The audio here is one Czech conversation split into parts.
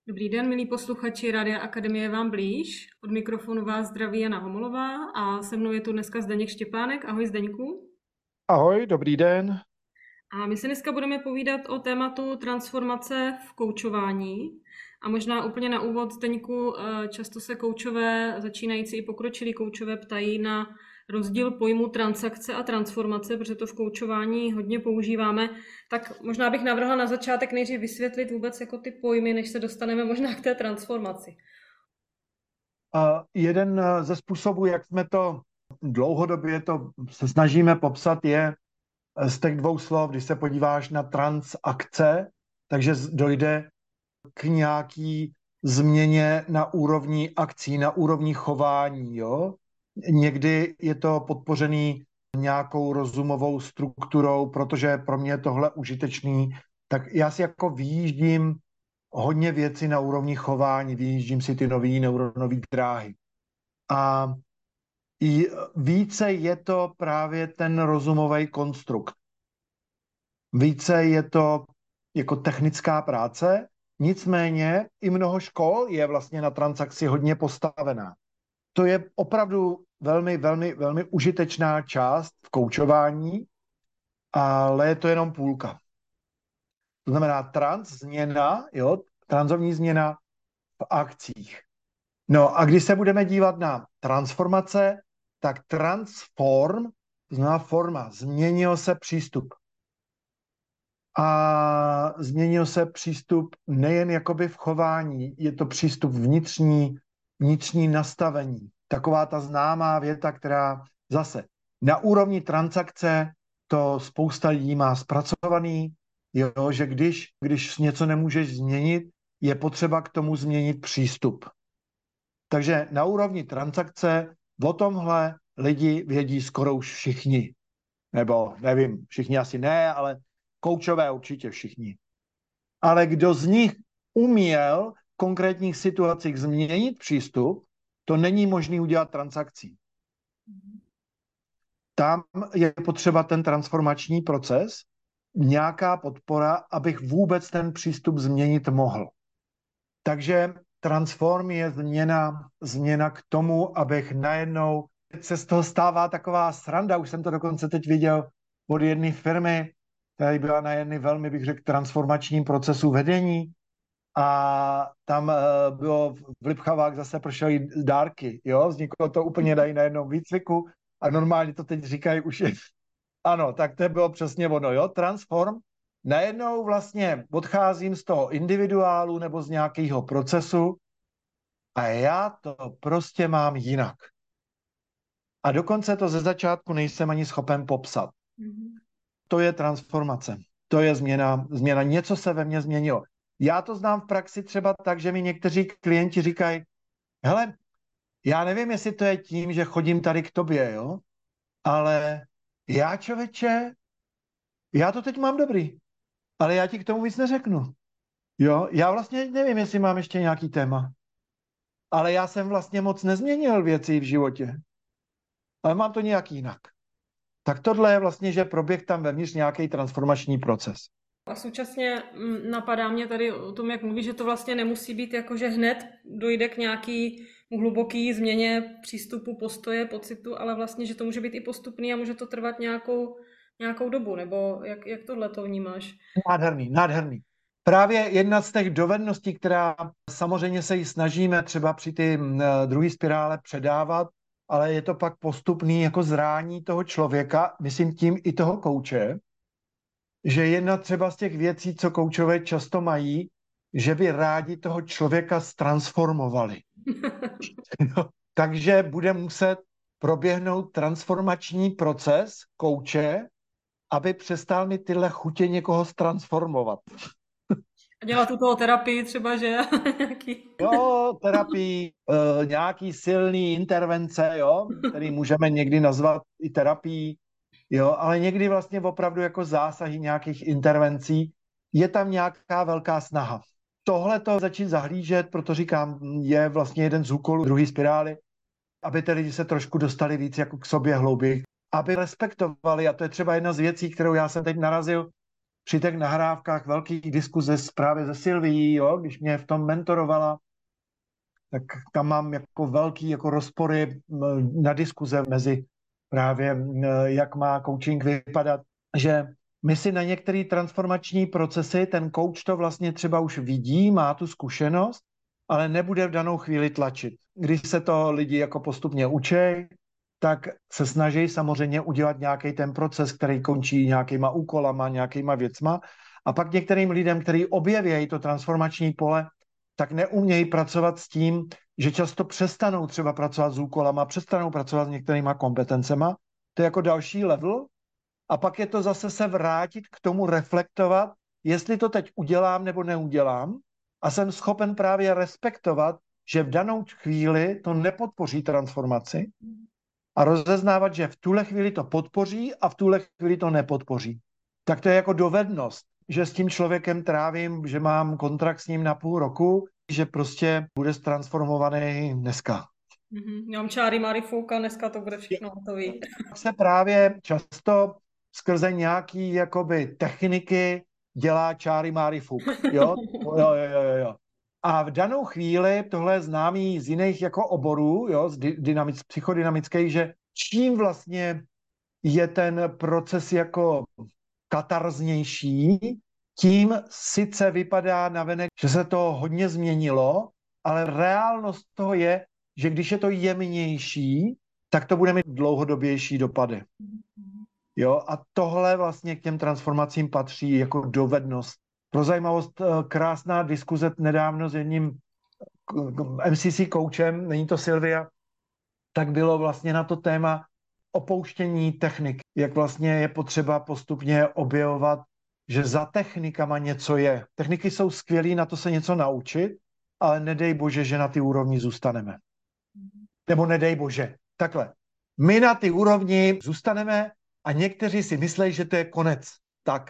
Dobrý den, milí posluchači Rádia Akademie vám blíž. Od mikrofonu vás zdraví Jana Homolová a se mnou je tu dneska Zdeněk Štěpánek. Ahoj Zdeňku. Ahoj, dobrý den. A my si dneska budeme povídat o tématu transformace v koučování. A možná úplně na úvod, Zdeňku, často se koučové, začínající i pokročilí koučové ptají na rozdíl pojmu transakce a transformace, protože to v koučování hodně používáme. Tak možná bych navrhla na začátek nejdřív vysvětlit vůbec jako ty pojmy, než se dostaneme možná k té transformaci. Jeden ze způsobů, jak jsme to dlouhodobě to se snažíme popsat, je z těch dvou slov, když se podíváš na transakce, takže dojde k nějaký změně na úrovni akcí, na úrovni chování. Jo? Někdy je to podpořený nějakou rozumovou strukturou, protože pro mě je tohle užitečný, tak já si jako vyjíždím hodně věcí na úrovni chování, vyjíždím si ty nové neuronové dráhy. A i více je to právě ten rozumový konstrukt. Více je to jako technická práce, nicméně i mnoho škol je vlastně na transakci hodně postavená. To je opravdu velmi, velmi, velmi užitečná část v koučování, ale je to jenom půlka. To znamená změna, jo, transovní změna v akcích. No a když se budeme dívat na transformace, tak transform, to znamená forma, změnil se přístup. A změnil se přístup nejen jakoby v chování, je to přístup vnitřní nastavení. Taková ta známá věta, která zase na úrovni transakce to spousta lidí má zpracovaný, jo, že když něco nemůžeš změnit, je potřeba k tomu změnit přístup. Takže na úrovni transakce o tomhle lidi vědí skoro už všichni. Nebo nevím, všichni asi ne, ale koučové určitě všichni. Ale kdo z nich uměl v konkrétních situacích změnit přístup, to není možné udělat transakcí. Tam je potřeba ten transformační proces, nějaká podpora, abych vůbec ten přístup změnit mohl. Takže transform je změna k tomu, abych najednou, se z toho stává taková sranda, už jsem to dokonce teď viděl od jedné firmy, která byla na jedné velmi, bych řekl, transformačním procesu vedení a tam bylo v Lipchavách zase pršely dárky, jo, vzniklo to úplně dají na jednom výcviku a normálně to teď říkají už je, ano, tak to bylo přesně ono, jo, transform. Najednou vlastně odcházím z toho individuálu nebo z nějakého procesu a já to prostě mám jinak. A dokonce to ze začátku nejsem ani schopen popsat. To je transformace. To je změna. Něco se ve mně změnilo. Já to znám v praxi třeba tak, že mi někteří klienti říkají, hele, já nevím, jestli to je tím, že chodím tady k tobě, jo, ale já, člověče, já to teď mám dobrý, ale já ti k tomu víc neřeknu. Jo, já vlastně nevím, jestli mám ještě nějaký téma, ale já jsem vlastně moc nezměnil věci v životě, ale mám to nějak jinak. Tak tohle je vlastně, že proběh tam vevnitř nějaký transformační proces. A současně napadá mě tady o tom, jak mluvíš, že to vlastně nemusí být jako, že hned dojde k nějaký hluboký změně přístupu, postoje, pocitu, ale vlastně, že to může být i postupný a může to trvat nějakou dobu, nebo jak tohle to vnímáš? Nádherný, nádherný. Právě jedna z těch dovedností, která samozřejmě se jí snažíme třeba při ty druhé spirále předávat, ale je to pak postupný jako zrání toho člověka, myslím tím i toho kouče, že jedna třeba z těch věcí, co koučové často mají, že by rádi toho člověka ztransformovali. No, takže bude muset proběhnout transformační proces kouče, aby přestal mi tyhle chutě někoho ztransformovat. A dělat u toho terapii třeba, že nějaký... Jo, terapii, nějaký silný intervence, jo, který můžeme někdy nazvat i terapií, jo, ale někdy vlastně opravdu jako zásahy nějakých intervencí je tam nějaká velká snaha. Tohle to začít zahlížet, proto říkám, je vlastně jeden z úkolů druhé spirály, aby ty lidi se trošku dostali víc jako k sobě hlouběji, aby respektovali, a to je třeba jedna z věcí, kterou já jsem teď narazil při těch nahrávkách velkých diskuze právě ze Silvií, jo, když mě v tom mentorovala, tak tam mám jako velký jako rozpory na diskuze mezi právě, jak má coaching vypadat, že my si na některé transformační procesy, ten coach to vlastně třeba už vidí, má tu zkušenost, ale nebude v danou chvíli tlačit. Když se to lidi jako postupně učí, tak se snaží samozřejmě udělat nějaký ten proces, který končí nějakýma úkolama, nějakýma věcma. A pak některým lidem, kteří objeví to transformační pole, tak neumějí pracovat s tím, že často přestanou třeba pracovat s úkolama, přestanou pracovat s některýma kompetencema. To je jako další level. A pak je to zase se vrátit k tomu reflektovat, jestli to teď udělám nebo neudělám. A jsem schopen právě respektovat, že v danou chvíli to nepodpoří transformaci a rozeznávat, že v tuhle chvíli to podpoří a v tuhle chvíli to nepodpoří. Tak to je jako dovednost, že s tím člověkem trávím, že mám kontrakt s ním na půl roku, že prostě bude transformovaný dneska. Já mám čáry Máry Fouka, dneska to bude všechno hotové. Se právě často skrze nějaký jakoby techniky dělá čáry Máry Fouk. Jo? Jo. A v danou chvíli, tohle je známý z jiných jako oborů, jo, z psychodynamických, že čím vlastně je ten proces jako katarznější, tím sice vypadá navenek, že se to hodně změnilo, ale reálnost toho je, že když je to jemnější, tak to bude mít dlouhodobější dopady. Jo, a tohle vlastně k těm transformacím patří jako dovednost. Pro zajímavost, krásná diskuze nedávno s jedním MCC coachem, není to Silvia, tak bylo vlastně na to téma opouštění technik. Jak vlastně je potřeba postupně objevovat, že za technikama něco je. Techniky jsou skvělý na to se něco naučit, ale nedej bože, že na ty úrovni zůstaneme. Nebo nedej bože. Takhle. My na ty úrovni zůstaneme a někteří si myslí, že to je konec. Tak.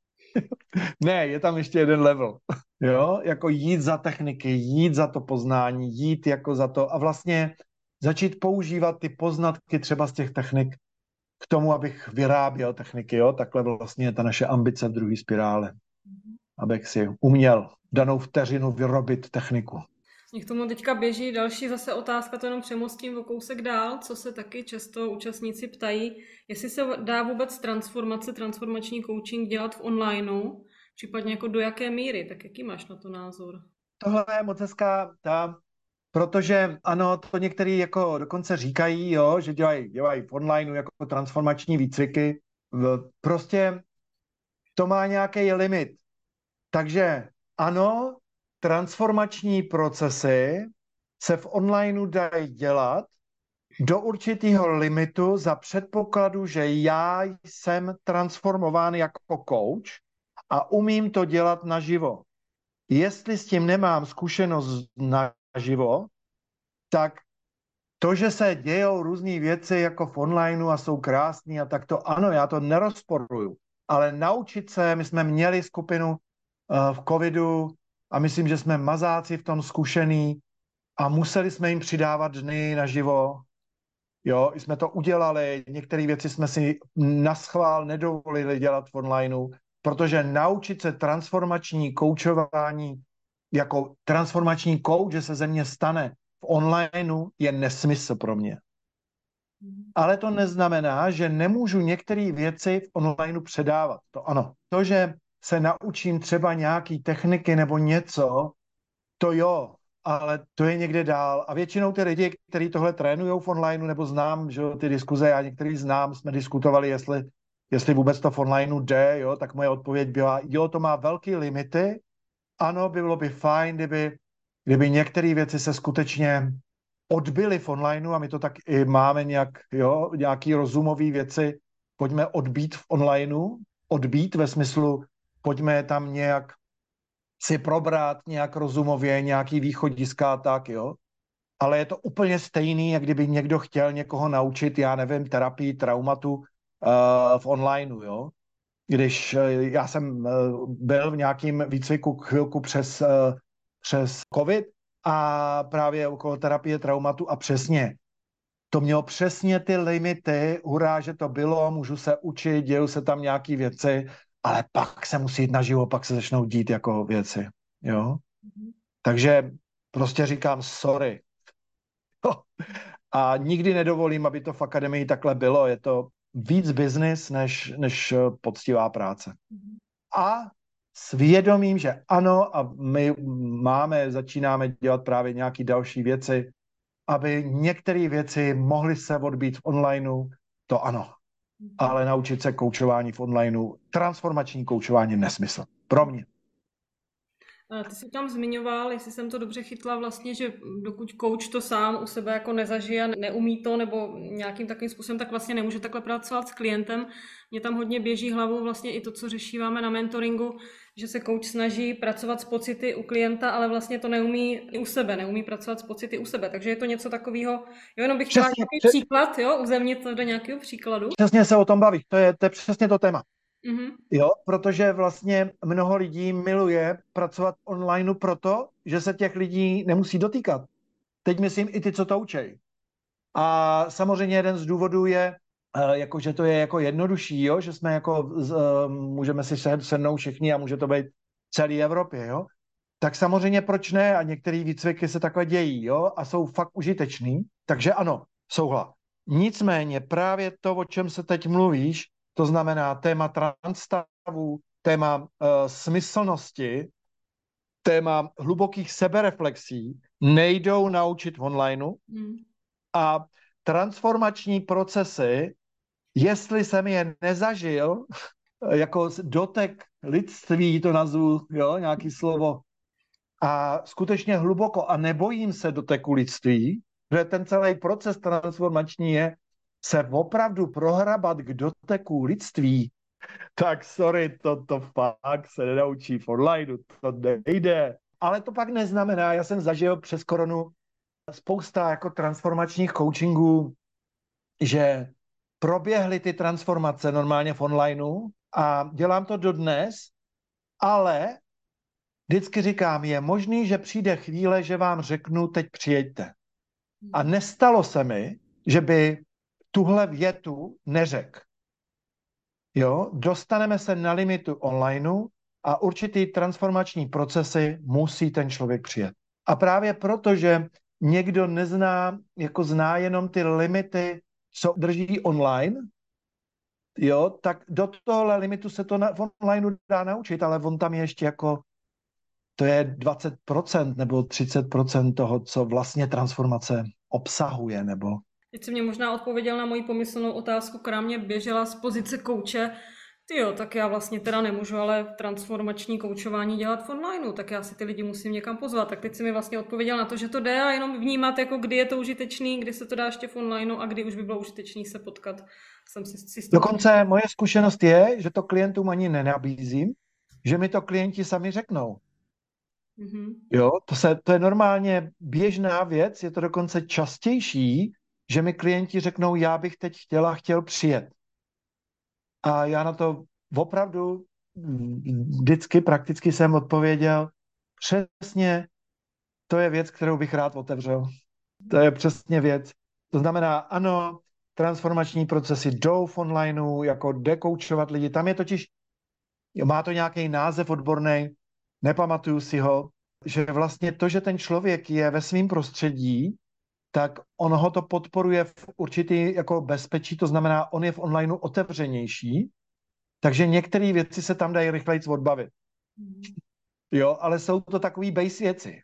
Ne, je tam ještě jeden level. Jo, jako jít za techniky, jít za to poznání, jít jako za to a vlastně začít používat ty poznatky třeba z těch technik k tomu, abych vyráběl techniky, jo, takhle vlastně je ta naše ambice v druhé spirále, abych si uměl danou vteřinu vyrobit techniku. K tomu teďka běží další zase otázka, to jenom přemostím o kousek dál, co se taky často účastníci ptají, jestli se dá vůbec transformační coaching dělat v onlineu, případně jako do jaké míry, tak jaký máš na to názor? Tohle je moc hezká, protože ano, to některý jako dokonce říkají, jo, že dělají v onlineu jako transformační výcviky. Prostě to má nějaký limit. Takže ano, transformační procesy se v onlineu dají dělat do určitého limitu za předpokladu, že já jsem transformován jako coach a umím to dělat naživo. Jestli s tím nemám zkušenost naživo, tak to, že se dějou různé věci jako v onlineu a jsou krásný a tak to ano, já to nerozporuju, ale naučit se, my jsme měli skupinu v covidu a myslím, že jsme mazáci v tom zkušený a museli jsme jim přidávat dny naživo. Jo, jsme to udělali, některé věci jsme si naschvál nedovolili dělat v onlineu, protože naučit se transformační koučování jako transformační coach, že se ze mě stane v onlineu, je nesmysl pro mě. Ale to neznamená, že nemůžu některé věci v onlineu předávat. To ano. To, že se naučím třeba nějaký techniky nebo něco, to jo, ale to je někde dál. A většinou ty lidi, kteří tohle trénujou v onlineu, nebo znám, že ty diskuze, já některý znám, jsme diskutovali, jestli vůbec to v onlineu jde, jo, tak moje odpověď byla, jo, to má velké limity, ano, bylo by fajn, kdyby některé věci se skutečně odbyly v onlineu a my to tak i máme nějaký rozumové věci, pojďme odbít v onlineu, odbít ve smyslu, pojďme tam nějak si probrat nějak rozumově, nějaký východiska, tak jo. Ale je to úplně stejný, jak kdyby někdo chtěl někoho naučit, já nevím, terapii traumatu v onlineu, jo. Když já jsem byl v nějakém výcviku chvilku přes covid a právě okolo terapie traumatu a přesně, to mělo přesně ty limity, hurá, že to bylo, můžu se učit, dějou se tam nějaké věci, ale pak se musí jít naživo, pak se začnou dít jako věci, jo. Mhm. Takže prostě říkám sorry. A nikdy nedovolím, aby to v akademii takhle bylo. Je to víc business, než poctivá práce. Mhm. A s vědomím, že ano, a my začínáme dělat právě nějaké další věci, aby některé věci mohly se odbít v onlineu, to ano. Mhm. Ale naučit se koučování v onlineu, transformační koučování, nesmysl. Pro mě. Ty jsi tam zmiňoval, jestli jsem to dobře chytla, vlastně, že dokud coach to sám u sebe jako nezažije a neumí to, nebo nějakým takovým způsobem, tak vlastně nemůže takhle pracovat s klientem. Mně tam hodně běží hlavou vlastně i to, co řešíváme na mentoringu, že se coach snaží pracovat s pocity u klienta, ale vlastně to neumí i u sebe, neumí pracovat s pocity u sebe. Takže je to něco takového, jo, jenom bych chtěla Přesně, nějaký příklad, jo, uzemnit to do nějakého příkladu. přesně se o tom baví. To je přesně to téma. Mhm. Jo, protože vlastně mnoho lidí miluje pracovat online proto, že se těch lidí nemusí dotýkat. Teď myslím i ty, co to učej. A samozřejmě jeden z důvodů je, jako, že to je jako jednodušší, jo? Že jsme jako, můžeme si sednout všichni a může to být v celé Evropě, jo? Tak samozřejmě proč ne? A některé výcviky se takhle dějí, jo? A jsou fakt užitečný. Takže ano, souhlas. Nicméně právě to, o čem se teď mluvíš, to znamená téma transstavu, téma smyslnosti, téma hlubokých sebereflexí, nejdou naučit v onlineu, Mhm. a transformační procesy, jestli jsem je nezažil, jako dotek lidství, to nazvu, jo, nějaký slovo, a skutečně hluboko a nebojím se doteku lidství, že ten celý proces transformační je se opravdu prohrabat k doteku lidství, tak sorry, to fakt se nenaučí v online, to nejde. Ale to pak neznamená, já jsem zažil přes koronu spousta jako transformačních coachingů, že proběhly ty transformace normálně v onlineu a dělám to dodnes, ale vždycky říkám, je možný, že přijde chvíle, že vám řeknu, teď přijeďte. A nestalo se mi, že by tuhle větu neřekl. Jo, dostaneme se na limitu onlineu a určitý transformační procesy musí ten člověk přijet. A právě proto, že někdo nezná, jako zná jenom ty limity, co drží online, jo, tak do tohohle limitu se to v onlineu dá naučit, ale on tam je ještě jako, to je 20% nebo 30% toho, co vlastně transformace obsahuje, nebo... Teď jsi mě možná odpověděl na moji pomyslnou otázku, která mě běžela z pozice kouče. Tyjo, tak já vlastně teda nemůžu ale transformační koučování dělat v onlineu, tak já si ty lidi musím někam pozvat. Tak teď si mi vlastně odpověděl na to, že to jde a jenom vnímat, jako kdy je to užitečný, kdy se to dá ještě v onlineu a kdy už by bylo užitečný se potkat. Jsem si s tou... Dokonce moje zkušenost je, že to klientům ani nenabízím, že mi to klienti sami řeknou. Mhm. Jo, to je normálně běžná věc, je to dokonce častější, že mi klienti řeknou, já bych teď chtěl přijet. A já na to opravdu vždycky prakticky jsem odpověděl, přesně to je věc, kterou bych rád otevřel. To je přesně věc. To znamená, ano, transformační procesy jdou v onlineu, jako dekoučovat lidi. Tam je totiž, má to nějaký název odborný, nepamatuju si ho, že vlastně to, že ten člověk je ve svém prostředí, tak on ho to podporuje v určitý jako bezpečí, to znamená, on je v onlineu otevřenější, takže některé věci se tam dají rychleji odbavit. Jo, ale jsou to takové base věci.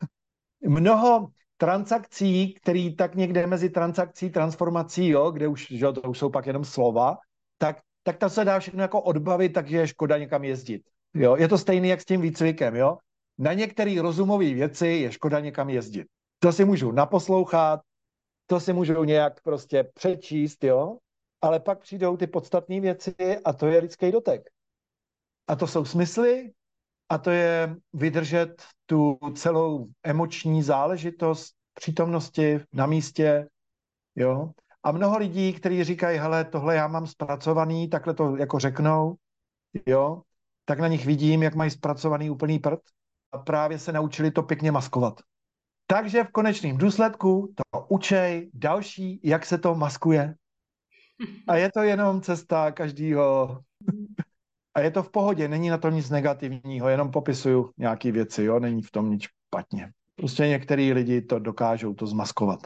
Mnoho transakcí, které tak někde mezi transakcí, transformací, jo, kde už, že, to už jsou pak jenom slova, tak to se dá všechno jako odbavit, takže je škoda někam jezdit. Jo, je to stejný jak s tím výcvikem, jo. Na některé rozumové věci je škoda někam jezdit. To si můžu naposlouchat, to si můžu nějak prostě přečíst, jo, ale pak přijdou ty podstatné věci a to je lidský dotek. A to jsou smysly, a to je vydržet tu celou emoční záležitost přítomnosti na místě, jo. A mnoho lidí, kteří říkají, hele, tohle já mám zpracovaný, takhle to jako řeknou, jo, tak na nich vidím, jak mají zpracovaný úplný prd a právě se naučili to pěkně maskovat. Takže v konečném důsledku to učej další, jak se to maskuje. A je to jenom cesta každýho. A je to v pohodě, není na tom nic negativního, jenom popisuju nějaké věci, jo, není v tom nic špatně. Prostě některý lidi to dokážou to zmaskovat.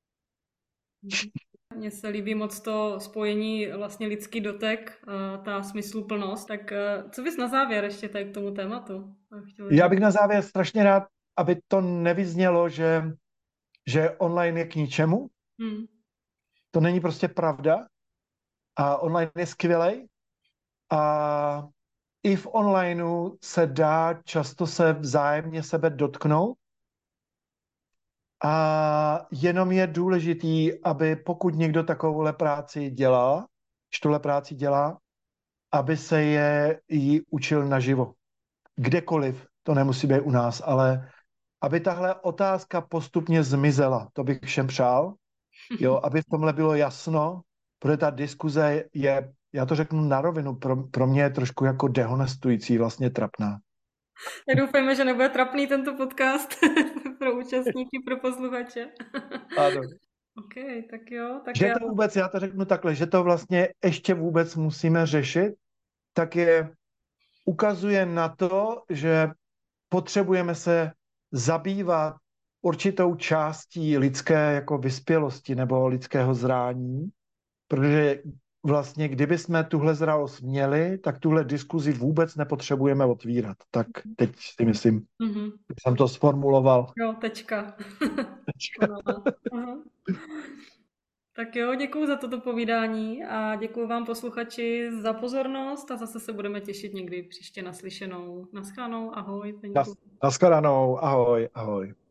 Mně se líbí moc to spojení vlastně lidský dotek, ta smysluplnost. Tak co bys na závěr ještě tady k tomu tématu chtěl Já říct? bych na závěr strašně rád, aby to nevyznělo, že online je k ničemu. Hmm. To není prostě pravda. A online je skvělej. A i v onlineu se dá často se vzájemně sebe dotknout. A jenom je důležitý, aby pokud někdo takovouhle práci dělá, aby se jí učil naživo. Kdekoliv, to nemusí být u nás, ale aby tahle otázka postupně zmizela, to bych všem přál, jo, aby v tomhle bylo jasno, protože ta diskuze je, já to řeknu na rovinu, pro mě je trošku jako dehonestující, vlastně trapná. Tak doufejme, že nebude trapný tento podcast pro účastníky, pro posluchače. Ano. OK, tak jo. Tak Že to vůbec, já to řeknu takhle, že to vlastně ještě vůbec musíme řešit, tak ukazuje na to, že potřebujeme se zabývat určitou částí lidské jako vyspělosti nebo lidského zrání, protože vlastně kdyby jsme tuhle zralost měli, tak tuhle diskuzi vůbec nepotřebujeme otvírat. Tak teď si myslím, že jsem to sformuloval. Jo, tečka. Aha. Tak jo, děkuji za toto povídání a děkuji vám posluchači za pozornost a zase se budeme těšit někdy příště naslyšenou. Naschledanou, ahoj. Naschledanou, ahoj, ahoj.